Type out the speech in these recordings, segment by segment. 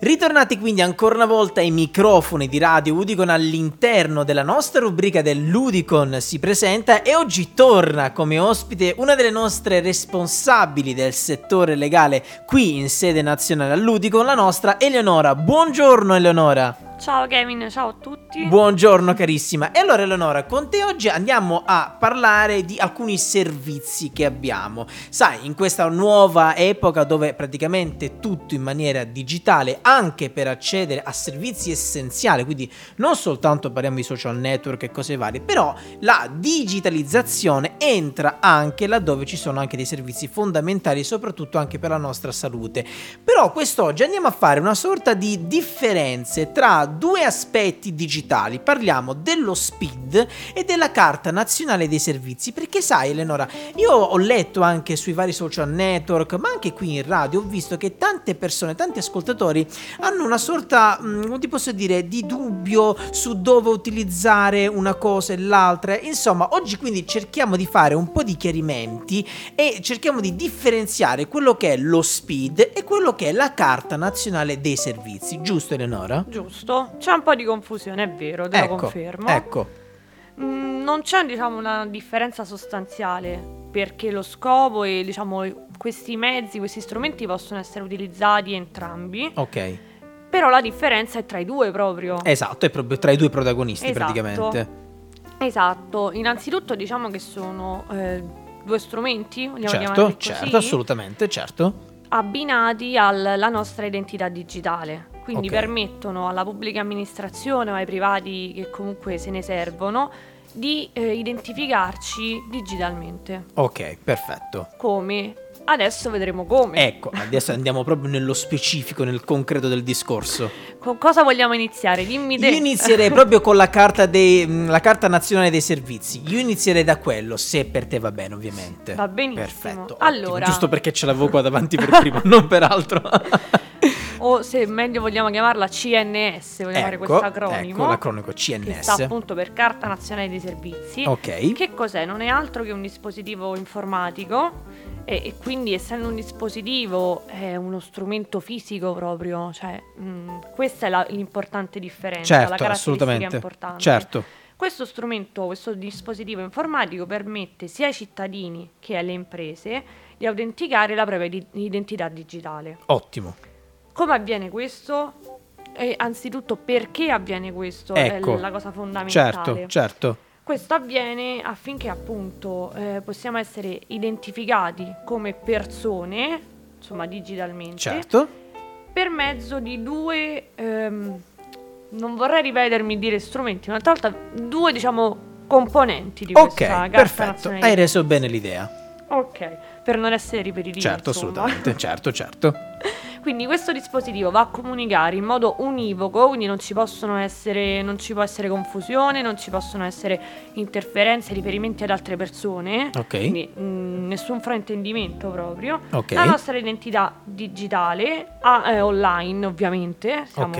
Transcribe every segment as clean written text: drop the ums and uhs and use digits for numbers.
Ritornati quindi ancora una volta ai microfoni di Radio Udicon all'interno della nostra rubrica dell'Udicon si presenta, e oggi torna come ospite una delle nostre responsabili del settore legale qui in sede nazionale all'Udicon, la nostra Eleonora. Buongiorno Eleonora. Ciao Kevin, ciao a tutti. Buongiorno carissima. E allora Eleonora, con te oggi andiamo a parlare di alcuni servizi che abbiamo. Sai, in questa nuova epoca dove praticamente tutto in maniera digitale, anche per accedere a servizi essenziali, quindi non soltanto parliamo di social network e cose varie, però la digitalizzazione entra anche laddove ci sono anche dei servizi fondamentali, soprattutto anche per la nostra salute. Però quest'oggi andiamo a fare una sorta di differenze tra due aspetti digitali. Parliamo dello SPID e della Carta Nazionale dei Servizi, perché sai Eleonora, io ho letto anche sui vari social network, ma anche qui in radio, ho visto che tante persone, tanti ascoltatori hanno una sorta, come ti posso dire, di dubbio su dove utilizzare una cosa e l'altra. Insomma, oggi quindi cerchiamo di fare un po' di chiarimenti e cerchiamo di differenziare quello che è lo SPID e quello che è la Carta Nazionale dei Servizi. Giusto Eleonora? Giusto, c'è un po' di confusione, è vero, te lo confermo. Ecco. Non c'è, una differenza sostanziale, perché lo scopo e, questi mezzi, questi strumenti possono essere utilizzati entrambi. Ok. Però la differenza è tra i due proprio. Esatto, è proprio tra i due protagonisti, esatto. Praticamente. Esatto, innanzitutto diciamo che sono due strumenti, vogliamo chiamarli così? Certo, assolutamente, certo. Abbinati alla nostra identità digitale. Quindi Okay. permettono alla pubblica amministrazione o ai privati che comunque se ne servono di identificarci digitalmente. Ok, perfetto. Come? Adesso vedremo come. Ecco, adesso andiamo proprio nello specifico, nel concreto del discorso. Con cosa vogliamo iniziare? Dimmi te. Io inizierei proprio con la Carta Nazionale dei Servizi. Io inizierei da quello, se per te va bene, ovviamente. Va benissimo. Perfetto. Allora, ottimo. Giusto perché ce l'avevo qua davanti per primo, non per altro. o se meglio vogliamo chiamarla CNS, vogliamo fare questo acronimo. Ecco, l'acronimo CNS. Che sta appunto per Carta Nazionale dei Servizi. Ok. Che cos'è? Non è altro che un dispositivo informatico e quindi, essendo un dispositivo, è uno strumento fisico proprio, cioè questa è l'importante differenza, la caratteristica assolutamente. importante. Certo. Questo strumento, questo dispositivo informatico permette sia ai cittadini che alle imprese di autenticare la propria identità digitale. Ottimo. Come avviene questo? E anzitutto perché avviene questo? Ecco. È la cosa fondamentale. Certo. Questo avviene affinché appunto possiamo essere identificati come persone, insomma digitalmente, Certo. per mezzo di due, non vorrei ripetermi dire strumenti, ma tra l'altro due componenti di questa Ok, Carta perfetto, Nazionale. hai reso bene l'idea. Ok, per non essere ripetitivo. Certo, insomma. assolutamente, certo. Quindi questo dispositivo va a comunicare in modo univoco, quindi non ci può essere confusione, non ci possono essere interferenze, riferimenti ad altre persone, Ok. quindi nessun fraintendimento proprio. Ok. La nostra identità digitale, online ovviamente, siamo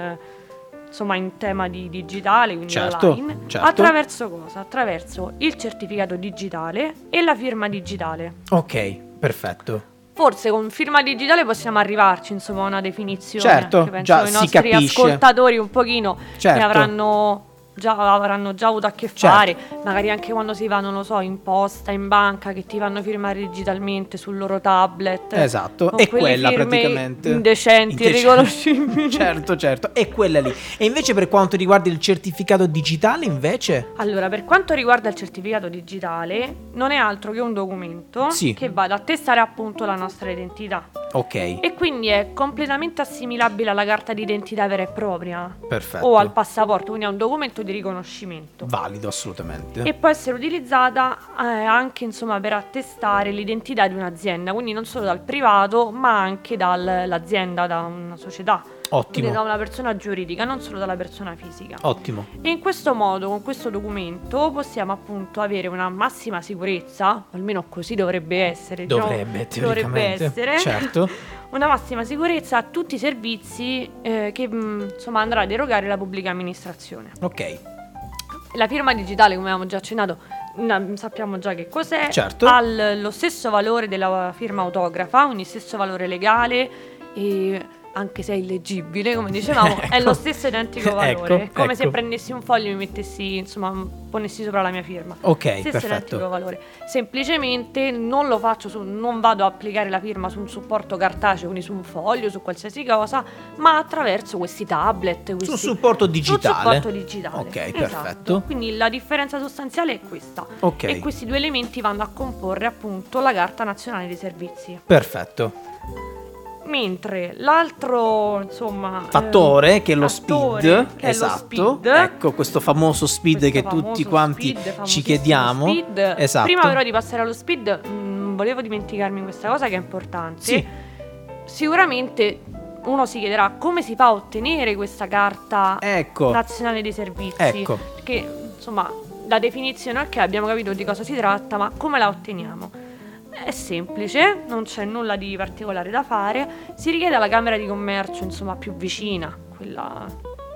in tema di digitale, quindi online. Certo. Attraverso cosa? Attraverso il certificato digitale e la firma digitale. Ok, perfetto. Forse con firma digitale possiamo arrivarci, insomma, a una definizione. Certo, che penso già i si nostri capisce. ascoltatori un pochino Certo. ne avranno già avuto a che fare, magari anche quando si va, non lo so, in posta, in banca, che ti fanno firmare digitalmente sul loro tablet. Esatto, con è quelle quella firme praticamente. indecenti, irriconoscibili. Certo, è quella lì. E invece per quanto riguarda il certificato digitale, invece? Allora, per quanto riguarda il certificato digitale, non è altro che un documento che va ad attestare appunto la nostra identità. Ok. E quindi è completamente assimilabile alla carta d'identità vera e propria. Perfetto. O al passaporto, quindi è un documento di riconoscimento. Valido, assolutamente. E può essere utilizzata anche, insomma, per attestare l'identità di un'azienda, quindi non solo dal privato, ma anche dall'azienda, da una società. Ottimo. Quindi da una persona giuridica, non solo dalla persona fisica. Ottimo. E in questo modo, con questo documento, possiamo appunto avere una massima sicurezza, almeno così dovrebbe essere. Dovrebbe essere. Certo. Una massima sicurezza a tutti i servizi che insomma andrà ad erogare la pubblica amministrazione. Ok. La firma digitale, come avevamo già accennato, sappiamo già che cos'è. Certo. Ha lo stesso valore della firma autografa, quindi stesso valore legale, e anche se è illeggibile, come dicevamo, è lo stesso identico valore. Come se prendessi un foglio e mi mettessi, insomma, ponessi sopra la mia firma. Ok, stesso perfetto. Identico valore. Semplicemente non lo faccio non vado a applicare la firma su un supporto cartaceo, quindi su un foglio, su qualsiasi cosa, ma attraverso questi tablet, Sul supporto digitale. Sul supporto digitale. Ok, esatto. perfetto. Quindi la differenza sostanziale è questa. Ok. E questi due elementi vanno a comporre appunto la Carta Nazionale dei Servizi. Perfetto. Mentre l'altro, insomma, fattore che è lo speed, che esatto. è lo speed, ecco questo famoso speed che tutti quanti ci chiediamo. Speed. Esatto. Prima però di passare allo speed, volevo dimenticarmi questa cosa che è importante. Sì. Sicuramente uno si chiederà come si fa a ottenere questa Carta Nazionale dei Servizi. Ecco. Perché, insomma, la definizione, ok, abbiamo capito di cosa si tratta, ma come la otteniamo? È semplice, non c'è nulla di particolare da fare. Si richiede alla Camera di Commercio, insomma, più vicina, quella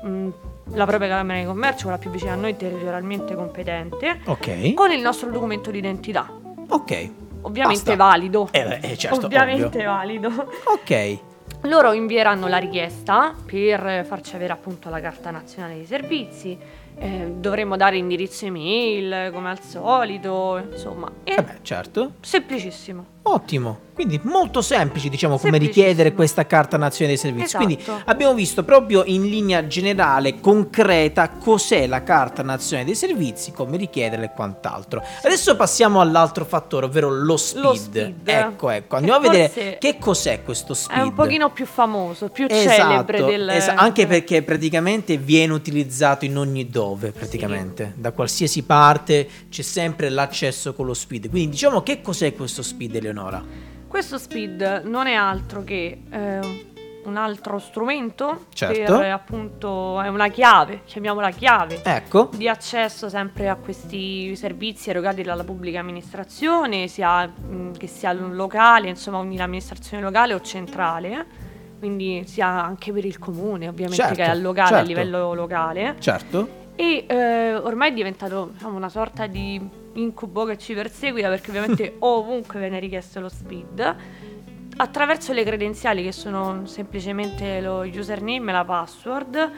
la propria Camera di Commercio, quella più vicina a noi, territorialmente competente, con il nostro documento d'identità. Ok. Ovviamente valido. Certo, ovviamente valido. Ok. Loro invieranno la richiesta per farci avere appunto la Carta Nazionale dei Servizi. Dovremmo dare indirizzo email come al solito, insomma. Certo. Semplicissimo. Ottimo, quindi molto semplice, diciamo, come richiedere questa Carta Nazionale dei Servizi. Esatto. Quindi abbiamo visto proprio in linea generale, concreta, cos'è la Carta Nazionale dei Servizi, come richiederla e quant'altro. Adesso passiamo all'altro fattore, ovvero lo speed. Ecco, andiamo a vedere che cos'è questo speed. È un pochino più famoso, più celebre del... Anche perché praticamente viene utilizzato in ogni dove, praticamente. Da qualsiasi parte c'è sempre l'accesso con lo speed. Quindi diciamo, che cos'è questo speed, Eleonora? Questo speed non è altro che un altro strumento, certo, per appunto è una chiave, chiamiamola chiave, ecco, di accesso sempre a questi servizi erogati dalla pubblica amministrazione, sia che sia locale, insomma l'amministrazione locale o centrale, quindi sia anche per il comune, ovviamente, certo, che è al locale, certo, a livello locale. Certo. E ormai è diventato, diciamo, una sorta di incubo che ci perseguita, perché ovviamente ovunque viene richiesto lo speed. Attraverso le credenziali, che sono semplicemente lo username e la password,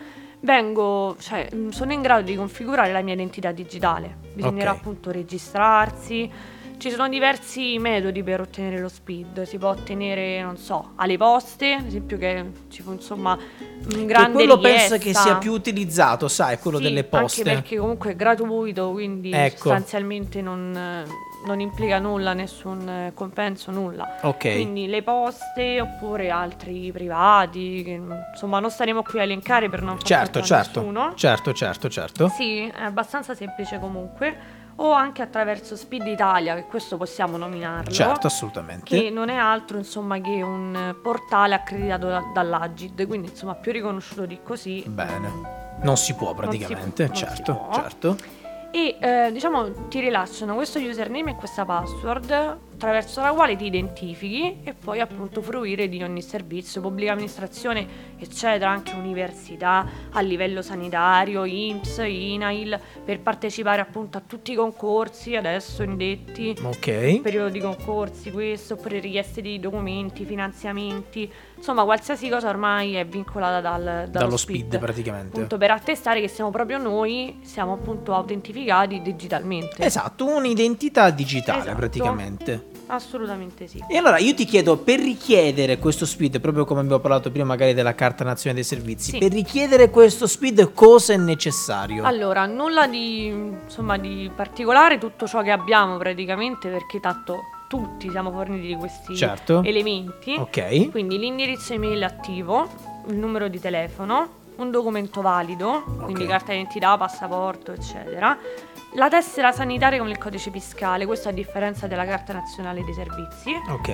sono in grado di configurare la mia identità digitale. Bisognerà appunto registrarsi. Ci sono diversi metodi per ottenere lo speed. Si può ottenere, non so, alle poste, ad esempio, che ci fu insomma un grande quello richiesta. penso che sia più utilizzato, sai, quello delle poste. Anche perché comunque è gratuito, quindi sostanzialmente non implica nulla, nessun compenso, nulla. Quindi le poste oppure altri privati, che insomma non staremo qui a elencare per non far nessuno. Certo. Sì, è abbastanza semplice comunque. O anche attraverso Speed Italia, che questo possiamo nominarlo. Certo, assolutamente. Che non è altro, insomma, che un portale accreditato dall'Agid, quindi insomma più riconosciuto di così. Bene, non si può praticamente, certo. E diciamo ti rilasciano questo username e questa password, attraverso la quale ti identifichi e puoi appunto fruire di ogni servizio, pubblica amministrazione, eccetera, anche università, a livello sanitario, INPS, INAIL, per partecipare appunto a tutti i concorsi adesso indetti, periodo di concorsi, questo, oppure richieste di documenti, finanziamenti, insomma qualsiasi cosa ormai è vincolata dallo speed praticamente, appunto, per attestare che siamo proprio noi, siamo appunto autentificati digitalmente. Esatto, un'identità digitale praticamente. Assolutamente sì. E allora io ti chiedo, per richiedere questo speed, proprio come abbiamo parlato prima magari della Carta Nazionale dei Servizi, per richiedere questo speed cosa è necessario? Allora, nulla di particolare, tutto ciò che abbiamo praticamente, perché tanto tutti siamo forniti di questi elementi. Quindi l'indirizzo email attivo, il numero di telefono, un documento valido, quindi carta d'identità, passaporto, eccetera, la tessera sanitaria con il codice fiscale, questo a differenza della Carta Nazionale dei Servizi.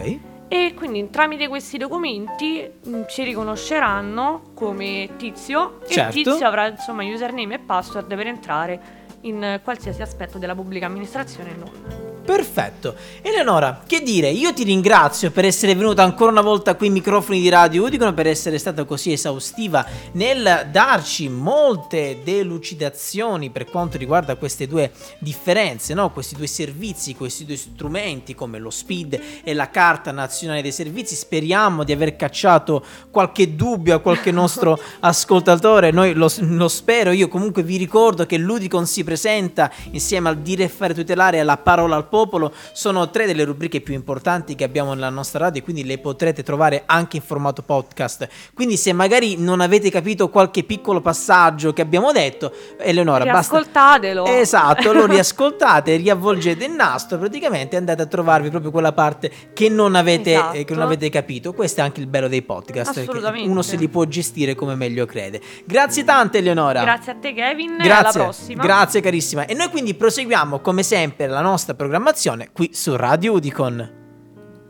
E quindi tramite questi documenti ci riconosceranno come Tizio, e Tizio avrà insomma username e password per entrare in qualsiasi aspetto della pubblica amministrazione e non. Perfetto. Eleonora, che dire, io ti ringrazio per essere venuta ancora una volta qui ai microfoni di Radio Udicon, per essere stata così esaustiva nel darci molte delucidazioni per quanto riguarda queste due differenze, no? Questi due servizi, questi due strumenti come lo SPID e la Carta Nazionale dei Servizi. Speriamo di aver cacciato qualche dubbio a qualche nostro ascoltatore, noi lo spero. Io comunque vi ricordo che l'Udicon si presenta insieme al Dire e Fare Tutelare e alla Parola al Popolo, sono 3 delle rubriche più importanti che abbiamo nella nostra radio, quindi le potrete trovare anche in formato podcast. Quindi se magari non avete capito qualche piccolo passaggio che abbiamo detto, Eleonora, riascoltatelo. Basta... Esatto, lo riascoltate, riavvolgete il nastro, praticamente andate a trovarvi proprio quella parte che non avete capito. Questo è anche il bello dei podcast, assolutamente, uno se li può gestire come meglio crede. Grazie tante, Eleonora. Grazie a te, Kevin. Grazie. Alla prossima. Grazie carissima. E noi quindi proseguiamo come sempre la nostra programmazione qui su Radio Udicon.